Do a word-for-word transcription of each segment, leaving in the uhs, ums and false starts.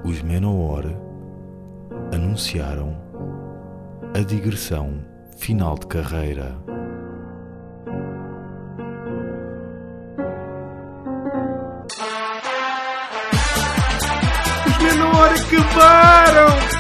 Os Manowar anunciaram a digressão final de carreira. Os Manowar acabaram!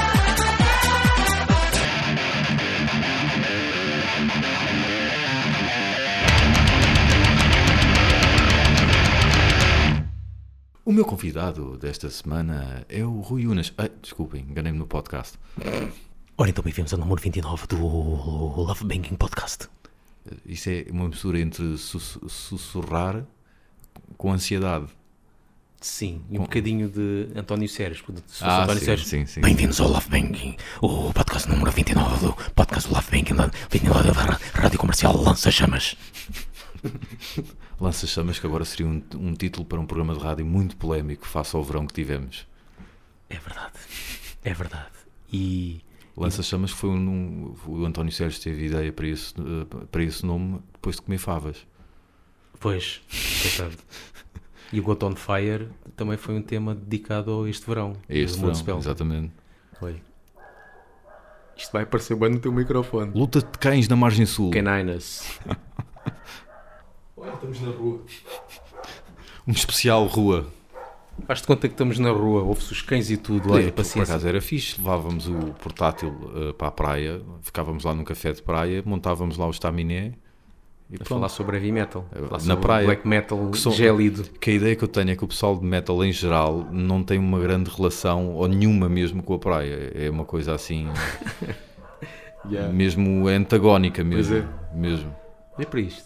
O meu convidado desta semana é o Rui Unas. Ai, desculpem, enganei-me no podcast. Ora, então bem-vindos ao número vinte e nove do Love Banking Podcast. Isso é uma mistura entre sus- sussurrar com ansiedade. Sim, e um com... bocadinho de António Sérgio. Se ah, António sim, Sérgio. sim, sim. Bem-vindos ao Love Banking, o podcast número vinte e nove do podcast do Love Banking, vinte e nove da Rádio Comercial Lança Chamas. Lança Chamas, que agora seria um, um título para um programa de rádio muito polémico face ao verão que tivemos. É verdade, é verdade. E Lança Chamas foi um, um, o António Sérgio teve ideia para esse, para esse nome depois de comer favas. Pois, coitado. E o Got on Fire também foi um tema dedicado a este verão. A este verão, exatamente. Foi. Isto vai aparecer bem no teu microfone. Luta de cães na margem sul. Caninas. Olha, estamos na rua. Um especial rua. Faz-te conta que estamos na rua, ouve-se os cães e tudo. Olha, paciência. Por acaso era fixe, levávamos o portátil uh, para a praia, ficávamos lá num café de praia, montávamos lá o estaminé. E a falar sobre heavy metal, na sobre praia, black metal que sou, gélido. Que a ideia que eu tenho é que o pessoal de metal em geral não tem uma grande relação, ou nenhuma mesmo, com a praia. É uma coisa assim, yeah. mesmo antagónica mesmo. É. mesmo. É para isto.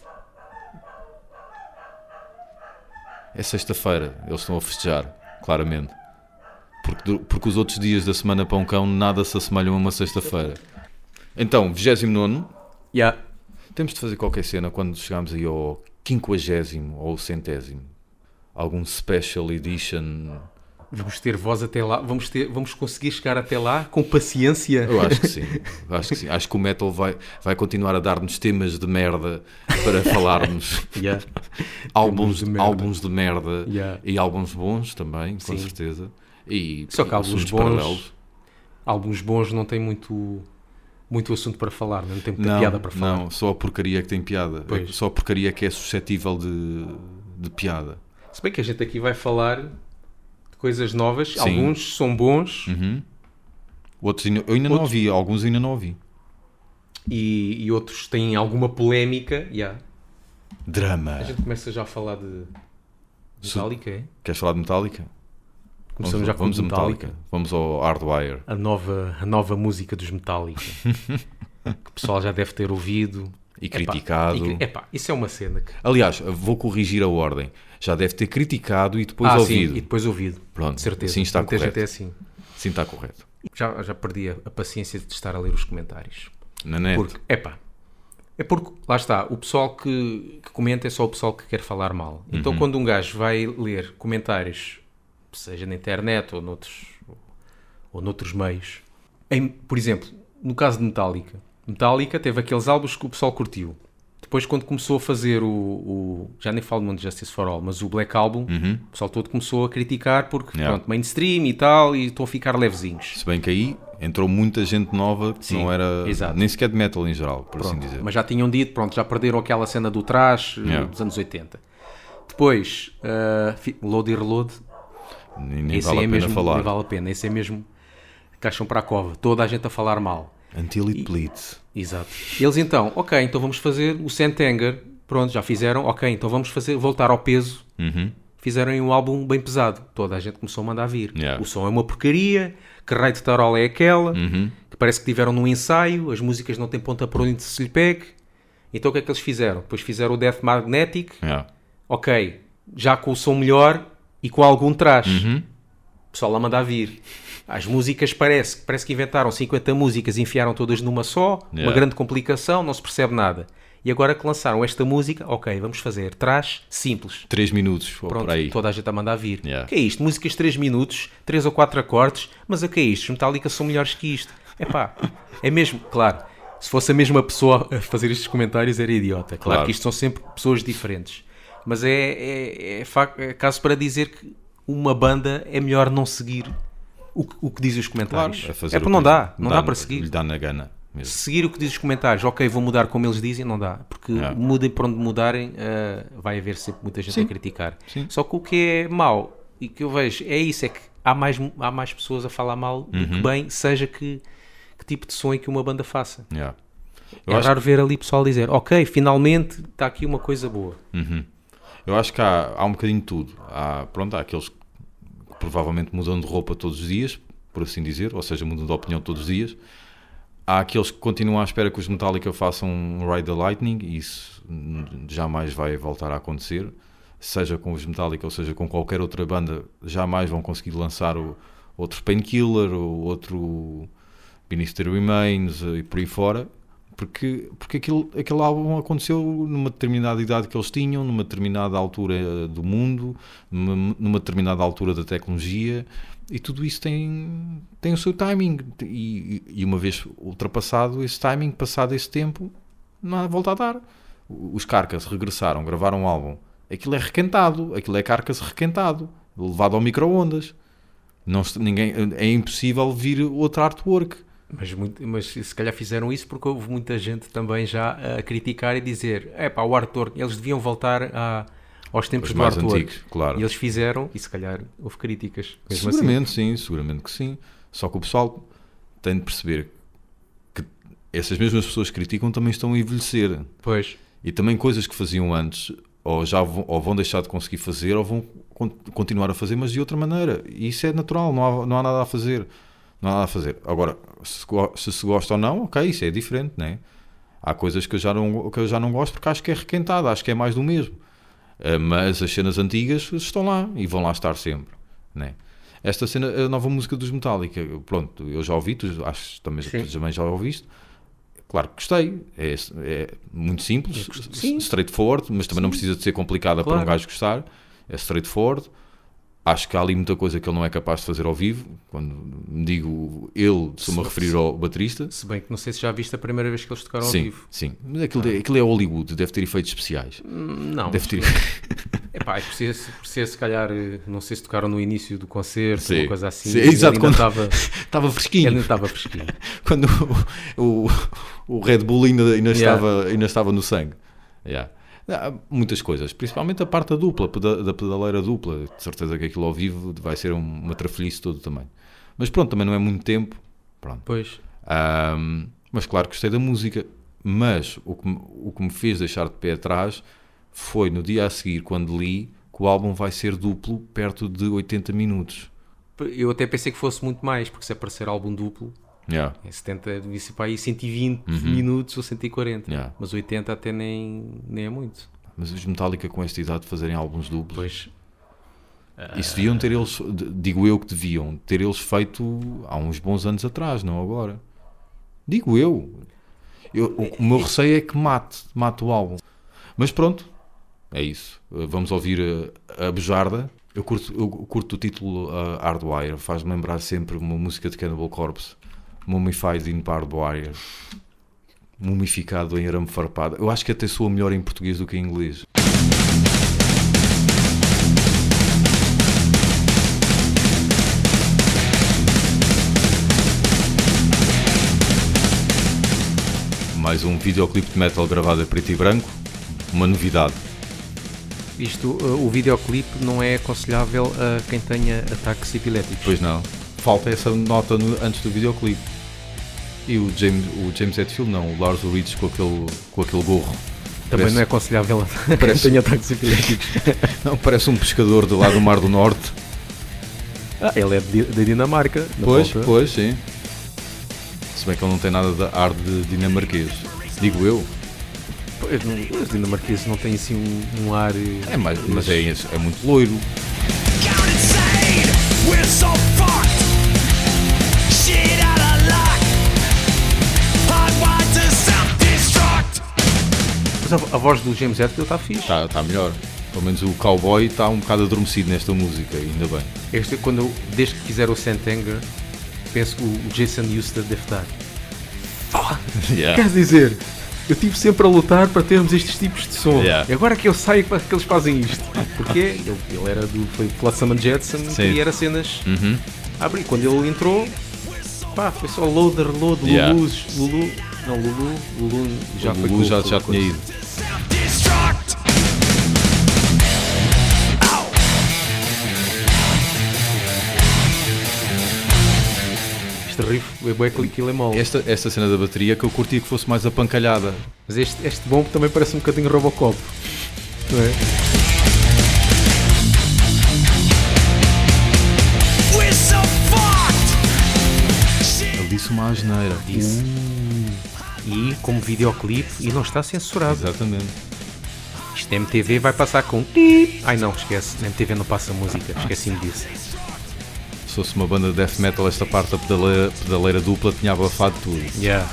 É sexta-feira, eles estão a festejar, claramente. Porque, porque os outros dias da semana para um cão nada se assemelham a uma sexta-feira. Então, vigésimo nono. Yeah. Temos de fazer qualquer cena quando chegarmos aí ao quinquagésimo ou centésimo. Algum special edition. Vamos ter voz até lá. Vamos, ter, vamos conseguir chegar até lá com paciência. Eu acho que sim. Acho que sim. Acho que o metal vai, vai continuar a dar-nos temas de merda para falarmos. Yeah. álbuns, de merda. álbuns de merda yeah. e álbuns bons também, com sim. certeza. E, Só que e álbuns bons, paralelos. álbuns bons não têm muito... muito assunto para falar, não tem muita não, piada para falar. Não, só a porcaria que tem piada. Pois. Só a porcaria que é suscetível de, de piada. Se bem que a gente aqui vai falar de coisas novas, sim. Alguns são bons. Uhum. Outros eu ainda outros... não ouvi, alguns ainda não ouvi. E, e outros têm alguma polémica. Yeah. Drama. A gente começa já a falar de Metallica, é? Queres falar de Metallica? Começamos vamos, já com vamos Metallica. a Metallica. Vamos ao Hardwire. A nova, a nova música dos Metallica. Que o pessoal já deve ter ouvido. E criticado. Epá, e, epá, isso é uma cena. Que... Aliás, vou corrigir a ordem. Já deve ter criticado e depois ah, ouvido. Sim, e depois ouvido. Pronto, de certeza. Sim está Muita correto. Gente é assim. Sim está correto. Já, já perdi a, a paciência de estar a ler os comentários. Na net. Porque, epá, é porque, lá está, o pessoal que, que comenta é só o pessoal que quer falar mal. Então, uhum. quando um gajo vai ler comentários, seja na internet ou noutros, ou noutros meios, em, por exemplo, no caso de Metallica, Metallica teve aqueles álbuns que o pessoal curtiu. Depois, quando começou a fazer o, o já nem falo muito de Justice for All, mas o Black Album, uhum. o pessoal todo começou a criticar porque, yeah. pronto, mainstream e tal, e estão a ficar levezinhos. Se bem que aí entrou muita gente nova que Sim, não era exato. nem sequer de metal em geral, por pronto, assim dizer. Mas já tinham dito, pronto, já perderam aquela cena do trash yeah. dos anos oitenta. Depois, uh, Load e Reload, nem, nem esse vale é a pena mesmo, falar. Nem vale a pena, esse é mesmo caixão para a cova, toda a gente a falar mal. Until it bleeds. Exato. Eles então, ok, então vamos fazer o Sentenger, pronto, já fizeram, ok, então vamos fazer, voltar ao peso. Uhum. Fizeram um álbum bem pesado, toda a gente começou a mandar vir. Yeah. O som é uma porcaria, que raio de tarola é aquela, uhum. que parece que tiveram num ensaio, as músicas não têm ponta por onde se lhe pegue. Então o que é que eles fizeram? Depois fizeram o Death Magnetic, yeah. ok, já com o som melhor e com algum trash. Uhum. O pessoal lá manda vir. As músicas parece, parece que inventaram cinquenta músicas e enfiaram todas numa só, yeah. uma grande complicação, não se percebe nada. E agora que lançaram esta música, ok, vamos fazer trash simples. três minutos, pronto, por aí. Toda a gente a mandar vir. Yeah. Que é isto? Músicas de três minutos, três ou quatro acordes, mas a que é isto? Os Metallica são melhores que isto. Epá, é mesmo, claro, se fosse a mesma pessoa a fazer estes comentários era idiota. Claro, claro. Que isto são sempre pessoas diferentes. Mas é, é, é, é caso para dizer que uma banda é melhor não seguir o que, o que dizem os comentários. Claro, é fazer é o porque não que dá, lhe não dá, dá para seguir. Lhe dá na gana mesmo. Seguir o que dizem os comentários, ok, vou mudar como eles dizem, não dá. Porque É. mudem por onde mudarem, uh, vai haver sempre muita gente Sim. a criticar. Sim. Só que o que é mau e que eu vejo é isso, é que há mais, há mais pessoas a falar mal do Uhum. que bem, seja que, que tipo de som é que uma banda faça. Yeah. Eu É acho raro ver ali pessoal dizer, ok, finalmente está aqui uma coisa boa. Uhum. Eu acho que há, há um bocadinho de tudo. Há, pronto, há aqueles que provavelmente mudam de roupa todos os dias, por assim dizer, ou seja, mudam de opinião todos os dias. Há aqueles que continuam à espera que os Metallica façam um Ride the Lightning, e isso jamais vai voltar a acontecer. Seja com os Metallica ou seja com qualquer outra banda, jamais vão conseguir lançar o outro Painkiller ou outro Beneath the Remains e por aí fora. Porque, porque aquilo, aquele álbum aconteceu numa determinada idade que eles tinham, numa determinada altura do mundo, numa, numa determinada altura da tecnologia, e tudo isso tem, tem o seu timing. E, e uma vez ultrapassado esse timing, passado esse tempo, não há volta a dar. Os Carcass regressaram, gravaram um álbum. Aquilo é requentado, aquilo é Carcass requentado, levado ao micro-ondas. Não, ninguém, é impossível vir outro artwork. Mas, muito, mas se calhar fizeram isso porque houve muita gente também já a criticar e dizer, é pá, o artwork, eles deviam voltar a, aos tempos Os do mais artwork. antigos, claro. E eles fizeram, e se calhar houve críticas. Mesmo Seguramente assim. sim, seguramente que sim. Só que o pessoal tem de perceber que essas mesmas pessoas que criticam também estão a envelhecer. Pois. E também coisas que faziam antes, ou, já vão, ou vão deixar de conseguir fazer, ou vão continuar a fazer, mas de outra maneira. E isso é natural, não há, não há nada a fazer. Não há nada a fazer. Agora, se, se se gosta ou não, ok, isso é diferente, né? Há coisas que eu, já não, que eu já não gosto porque acho que é requentado, acho que é mais do mesmo. Uh, mas as cenas antigas estão lá e vão lá estar sempre, né? Esta cena, a nova música dos Metallica, pronto, eu já ouvi, tu, acho que também, tu também já ouviste. Claro que gostei, é, é muito simples, Sim. straightforward, mas também Sim. não precisa de ser complicada claro. Para um gajo gostar, é straightforward. Acho que há ali muita coisa que ele não é capaz de fazer ao vivo. Quando me digo ele, estou-me a referir ao baterista. Se bem que não sei se já viste a primeira vez que eles tocaram sim, ao vivo. Sim, mas aquilo, ah. aquilo é Hollywood, deve ter efeitos especiais. Não. Deve ter... Epá, por ser, por ser se calhar, não sei se tocaram no início do concerto, sim. uma coisa assim. Sim, exato, quando estava estava fresquinho. Ele estava fresquinho. Quando o, o, o Red Bull ainda, ainda, yeah. estava, ainda estava no sangue. Yeah. Há muitas coisas, principalmente a parte da dupla, da pedaleira dupla. De certeza que aquilo ao vivo vai ser uma trafolhice todo também. Mas pronto, também não é muito tempo. Pronto. Pois. Um, mas claro que gostei da música. Mas o que, o que me fez deixar de pé atrás foi no dia a seguir, quando li que o álbum vai ser duplo, perto de oitenta minutos. Eu até pensei que fosse muito mais, porque se aparecer álbum duplo... Yeah. Em setenta, disse para aí cento e vinte uhum. minutos ou cento e quarenta, yeah. mas oitenta até nem, nem é muito. Mas os Metallica com esta idade de fazerem álbuns duplos, pois. Isso deviam ter eles, digo eu que deviam ter eles feito há uns bons anos atrás, não agora. Digo eu. eu o, o meu receio é que mate, mate o álbum. Mas pronto, é isso. Vamos ouvir a, a Bujarda. Eu curto, eu curto o título uh, Hardwire, faz-me lembrar sempre uma música de Cannibal Corpse. Mummified in Barbed Wire, mumificado em arame farpado. Eu acho que até soa melhor em português do que em inglês. Mais um videoclipe de metal gravado a preto e branco, uma novidade. Isto, o videoclipe não é aconselhável a quem tenha ataques epiléticos. Pois não. Falta essa nota no, antes do videoclipe. E o James, o James Hetfield não, o Lars Ulrich com aquele, com aquele gorro. Também parece, não é aconselhável a quem tenha ataques epiléticos. Não, parece um pescador de lá do Mar do Norte. Ah, ele é da Dinamarca. Pois, volta. Pois, sim. Se bem que ele não tem nada de ar de dinamarquês. Digo eu. Pois, não, os dinamarqueses não têm assim um, um ar... É, mas, mas é, é muito loiro. Mas a, a voz do James Hetfield está fixe. Está tá melhor. Pelo menos o cowboy está um bocado adormecido nesta música, ainda bem. Este, quando eu, desde que fizeram o Sentenger, penso que o Jason Newsted deve estar. Oh, yeah. Quer dizer, eu estive sempre a lutar para termos estes tipos de som. Yeah. E agora que eu saio que eles fazem isto. Porquê? Ele, ele era do foi Flotsam and Jetsam Sim. e era cenas Uhum. a abrir. Quando ele entrou, pá, foi só loader, load, Yeah. Lulus, Lulu, não, Lulu, Lulu já O foi Lulu com- já, com- já com- tinha ido. Este riff é bué que aquilo é mau. Esta, esta cena da bateria que eu curtia que fosse mais apancalhada. Mas este, este bombo também parece um bocadinho Robocop. Não é? Ele disse uma asneira. Disse. E como videoclipe, e não está censurado. Exatamente. Isto na M T V vai passar com tip. Ai não, esquece, na M T V não passa música, esqueci-me disso. Se fosse uma banda de death metal, esta parte da pedaleira, pedaleira dupla tinha abafado tudo. Yeah.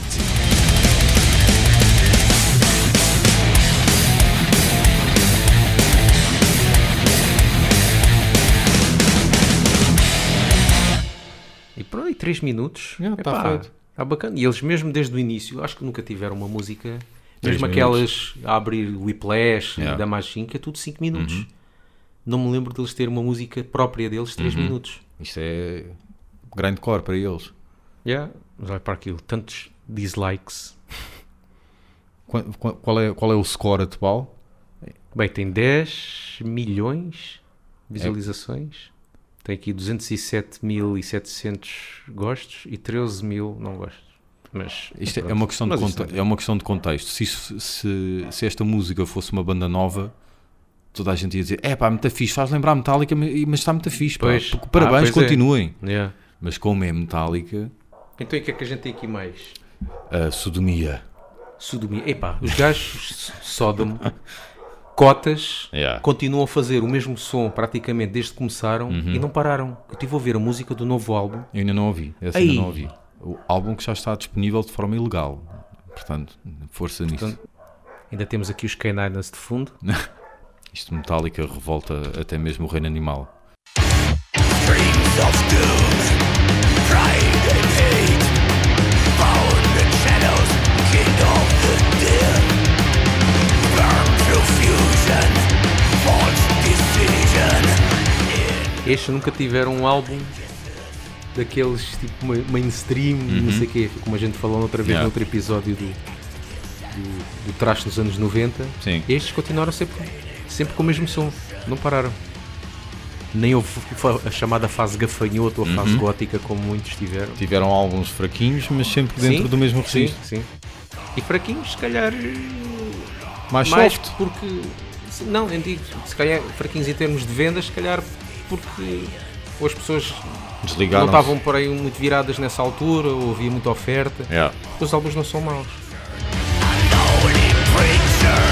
E pronto, e três minutos. Yeah, tá Epá, feito. tá bacana. E eles mesmo desde o início, acho que nunca tiveram uma música, Três mesmo aquelas a abrir Whiplash, Yeah. da Machine, que é tudo cinco minutos. Uhum. Não me lembro deles ter uma música própria deles, três Uhum. minutos. Isto é grindcore para eles. Yeah. Mas olha para aquilo, tantos dislikes. Qual, qual- qual é, qual é o score atual? Bem, tem dez milhões de visualizações. Tem aqui duzentos e sete mil e setecentos gostos e treze mil não gostos. Mas Isto é, pronto. é uma questão de Mas isto conte- é uma questão de contexto. Se, isso- se, se esta música fosse uma banda nova, toda a gente ia dizer: é pá, muito fixe, faz lembrar Metallica, mas mas está muito fixe. Pá. Pois. Parabéns, Ah, pois é. continuem. Yeah. Mas como é Metallica, Então e o que é que a gente tem aqui mais? a sodomia. Sodomia. Epá, os gajos Sódomo, cotas, Yeah. continuam a fazer o mesmo som praticamente desde que começaram Uhum. e não pararam. Eu estive a ouvir a música do novo álbum. Eu ainda não ouvi. Essa Ei. ainda não ouvi. O álbum que já está disponível de forma ilegal. Portanto, força nisso. Portanto, ainda temos aqui os K-Niners de fundo. Isto Metallica revolta até mesmo o reino animal. Dreams of doom, pride and hate, bound in shadows, king of the dead, burn through fusion, false decision. Estes nunca tiveram um álbum daqueles tipo ma- mainstream, não sei o quê, como a gente falou outra vez Yeah. no outro episódio do, do, do trash dos anos noventa. Sim. Estes continuaram sempre, sempre com o mesmo som, não pararam. Nem houve fa- a chamada fase gafanhoto ou a fase Uhum. gótica como muitos tiveram. Tiveram alguns fraquinhos, mas sempre dentro Sim, do mesmo Sim, registro. sim. E fraquinhos, se calhar, Mais, mais soft. porque. se- Não, eu digo, se calhar fraquinhos em termos de vendas, se calhar porque ou as pessoas não Desligaram. estavam por aí muito viradas nessa altura, ou havia muita oferta. Yeah. Os álbuns não são maus. Lonely preacher,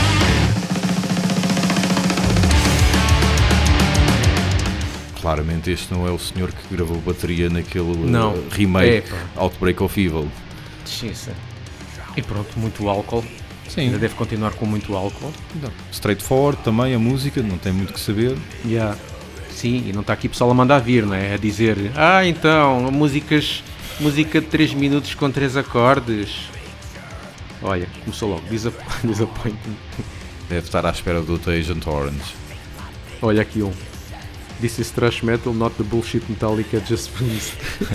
Claramente este não é o senhor que gravou bateria naquele Não. uh, remake Epá. Outbreak of Evil. Xiça. E pronto, muito álcool. Sim. Ainda deve continuar com muito álcool. Straightforward também a música, não tem muito que saber. Yeah. Sim, e não está aqui pessoal a mandar vir, não é? A dizer, ah, então, músicas, música de três minutos com três acordes. Olha, começou logo, Disap- Disappointment. Deve estar à espera do outro Agent Orange. Olha aqui um. This is thrash metal, not the bullshit Metallica just released.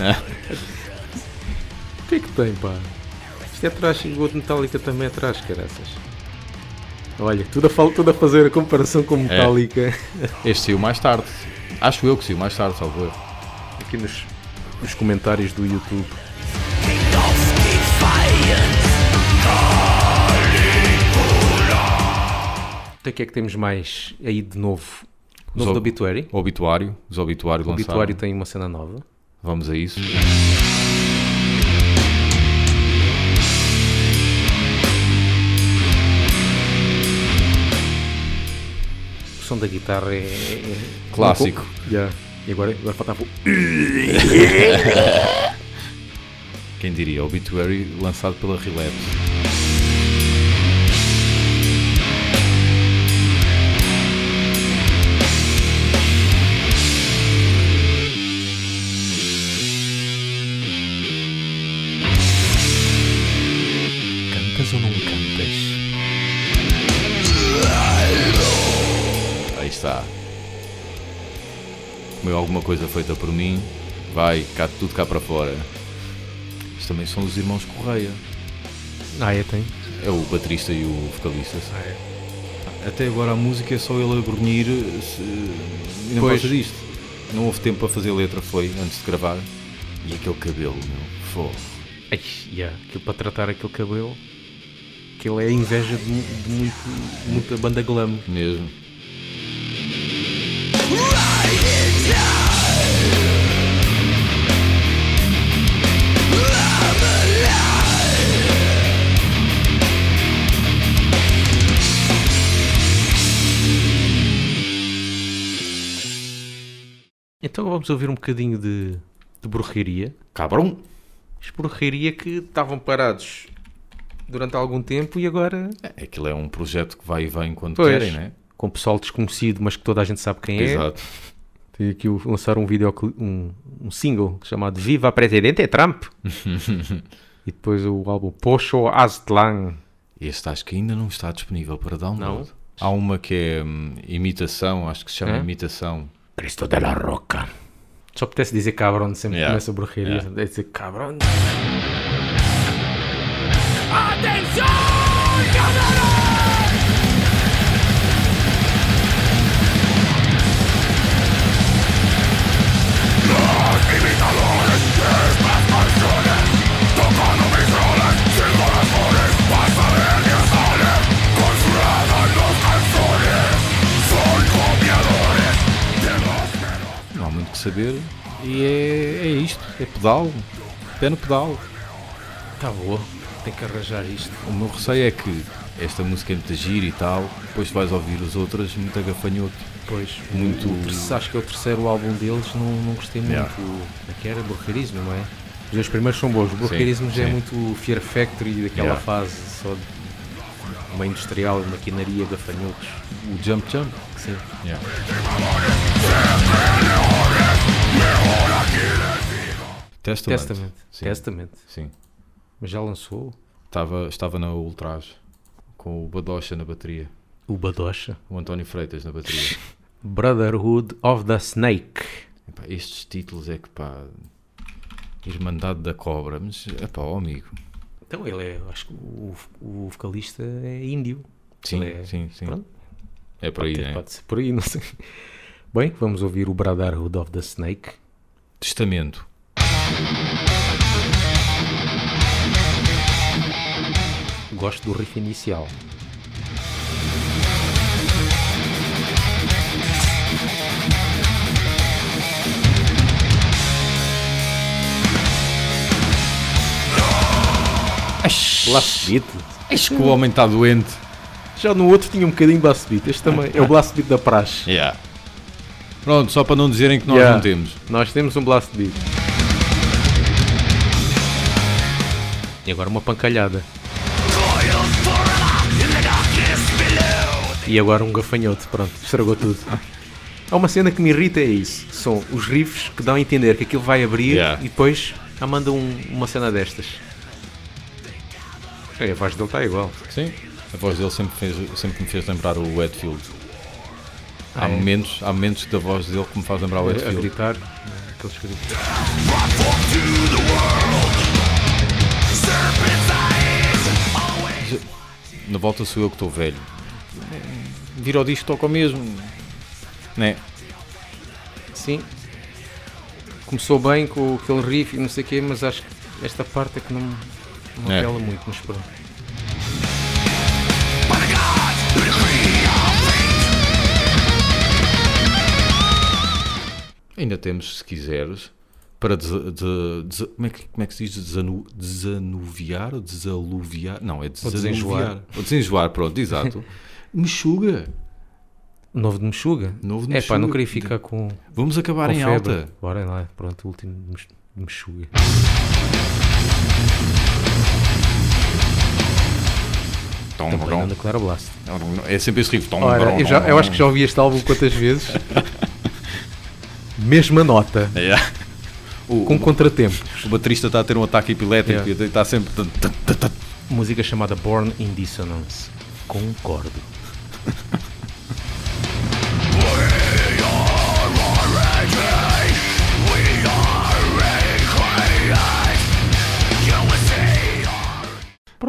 O que é que tem, pá? Isto é thrash e o outro Metallica também é thrash, caraças. Olha, tudo a, fal- tudo a fazer a comparação com Metallica. Este saiu mais tarde. Acho eu que saiu mais tarde, salvo erro. Aqui nos, nos comentários do YouTube. king of defiance. Então o que é que temos mais aí de novo? Os Novo ob- do Obituary. O Obituário. Os Obituários O lançaram. Obituário tem uma cena nova. Vamos a isso. O som da guitarra é... é- é- Clássico. Não, yeah. E agora, agora faltava o... Quem diria? Obituary lançado pela Relapse. Aí está. comer alguma coisa feita por mim, vai, cá, tudo cá para fora. Estes também são os irmãos Correia. Ah, é, tem? É o baterista e o vocalista. Ah, é. Até agora a música é só ele a grunhir, se... e não Pois. passa disto. Não houve tempo para fazer letra, foi, antes de gravar. E aquele cabelo, meu, fogo. Ai, yeah, aquilo para tratar aquele cabelo, aquilo é a inveja de, mu- de muito, muita banda glam. Mesmo. Então vamos ouvir um bocadinho de, de borracharia. Cabrão! Borracharia que estavam parados durante algum tempo e agora É, aquilo é um projeto que vai e vem quando Pois. querem, né? com pessoal desconhecido, mas que toda a gente sabe quem é. Exato. Tem aqui o, lançar um vídeo, um, um single chamado Viva Presidente Trump. E depois o álbum Pocho Aztlan. Este acho que ainda não está disponível para download. Não? Há uma que é hum, imitação, acho que se chama É? imitação. Cristo de la Roca. Só apetece dizer cabrão, sempre Yeah. começa a borracharia. Yeah. É dizer cabrão. ¡Atención, cabrón! Não há muito que saber. E é, é isto, é pedal. Pé no pedal. Tá boa, tem que arranjar isto. O meu receio é que esta música é muito gira e tal, depois vais ouvir os outros muito agafanhoto. Pois, Muito- o terceiro- acho que é o terceiro álbum deles, não, não gostei muito. Yeah. Como é que era? Borracharismo, não é? Os dois primeiros são bons. O Borracharismo já é sim. muito Fear Factory, daquela Yeah. fase só de uma industrial, maquinaria, gafanhotos. O Jump Jump. Sim. Yeah. Testament. Testament. Sim. Testament. Sim. Mas já lançou Estava, estava na Ultraje com o Badocha na bateria, o Badocha. o António Freitas na bateria. Brotherhood of the Snake. Epá, estes títulos é que pá, Irmandade da Cobra, mas é pá, ó amigo. Então ele é, acho que o, o vocalista é índio. Sim, Ele é- sim, sim. Pronto. É por aí, Pode, né? pode ser por aí, não sei. Bem, vamos ouvir o Brotherhood of the Snake. Testamento. Gosto do riff inicial. Blast beat. Acho que o homem está doente. Já no outro tinha um bocadinho de blast beat. Este também é o blast beat da praxe. Yeah. Pronto, só para não dizerem que nós Yeah. não temos. Nós temos um blast beat. E agora uma pancalhada. E agora um gafanhoto. Pronto, estragou tudo. Há uma cena que me irrita, é isso. São os riffs que dão a entender que aquilo vai abrir Yeah. e depois já manda um- uma cena destas. É, a voz dele está igual. Sim. A voz dele sempre, fez, sempre me fez lembrar o Hetfield. Há, Ah, é? momentos, há momentos da voz dele que me faz lembrar o A, a Hetfield. gritar. Aqueles gritos. Na volta sou eu que estou velho. Vira o disco, toca o mesmo. Né? Sim. Começou bem com aquele riff e não sei o quê, mas acho que esta parte é que não, não É. apela muito, mas pronto. Ainda temos, se quiseres, para des, de- des- como, é que, como é que se diz? Desanu, desanuviar ou desaluviar? Não, é Ou desenjoar. desanuviar. Ou desenjoar, pronto, exato. Mexuga. Novo de Mexuga? Novo de É pá, não Mexuga. queria ficar com, Vamos acabar com em febre. alta. Bora lá, pronto, o último de Mex- de Mexuga. Tom, Também tom. anda Clara Blast. É sempre esse riff. Tom, Ora, tom, eu, já, tom, eu acho tom. que já ouvi este álbum quantas vezes? Mesma nota, É. O, com o, contratempos. o baterista está a ter um ataque epilético Yeah. e está sempre. Música chamada Born in Dissonance. Concordo. We are origin.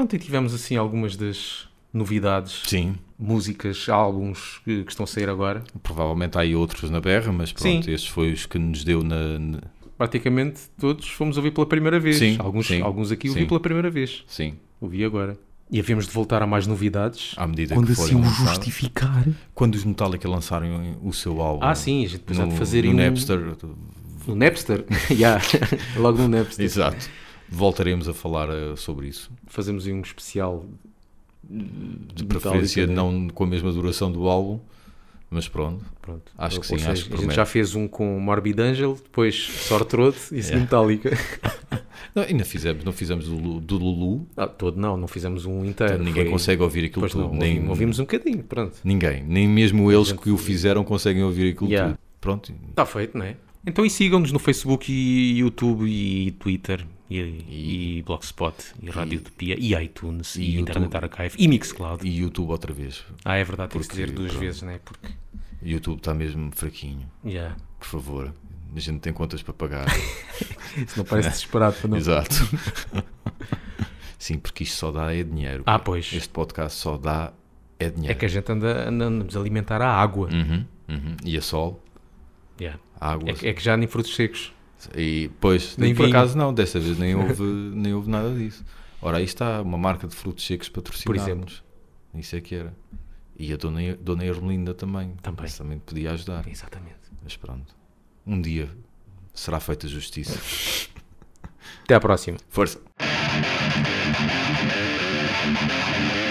pronto, e tivemos assim algumas das novidades, Sim, músicas, álbuns que, que estão a sair agora. provavelmente há aí outros na berra, mas pronto, Sim. estes foi os que nos deu na... na- Praticamente todos fomos ouvir pela primeira vez. Sim, alguns, sim, alguns aqui ouvi sim. pela primeira vez. Sim, Ouvi agora. E havíamos de voltar a mais novidades. à medida Quando que assim forem o lançadas. justificar. Quando os Metallica lançarem o seu álbum Ah, sim, a gente depois há no, de fazer no aí um- Napster, No Napster? yeah. Logo no Napster. exato, voltaremos a falar eh, sobre isso. Fazemos aí um especial De preferência não com a mesma duração do álbum, mas pronto, Pronto. acho que Ou sim, seja, acho que a gente promete. já fez um com Morbid Angel, depois Sortrode e seguinte Yeah. Metallica. Não, ainda fizemos, não fizemos do, Lu- do Lulu, Ah, todo não, não fizemos um inteiro. então ninguém foi- consegue ouvir aquilo Pois tudo, não, nem ouvimos, ouvimos um bocadinho, pronto. ninguém, nem mesmo eles gente- que o fizeram conseguem ouvir aquilo Yeah. tudo. Pronto, Está feito, não é? Então e sigam-nos no Facebook e YouTube e Twitter e, e, Blogspot e Rádio Utopia e iTunes e, e YouTube. Internet Archive e Mixcloud. e YouTube outra vez. Ah, é verdade, tem que Porque, dizer duas pronto. vezes, não é? Porque, YouTube está mesmo fraquinho, yeah. por favor. A gente tem contas para pagar. Isso não parece desesperado para não... Exato. Sim, porque isto só dá é dinheiro. Ah, pois. Este podcast só dá é dinheiro. É que a gente anda, anda a nos alimentar a água. Uhum, uhum. E a sol, Yeah. a água. É, que- é que já nem frutos secos. E, pois, Nem por vinho. acaso não, desta vez nem houve, nem houve nada disso. Ora, aí está uma marca de frutos secos patrocinada-nos. Isso é que era. E a Dona, Dona Ermelinda também. Também. Isso também podia ajudar. Exatamente. Mas pronto. Um dia será feita justiça. Até à próxima. Força!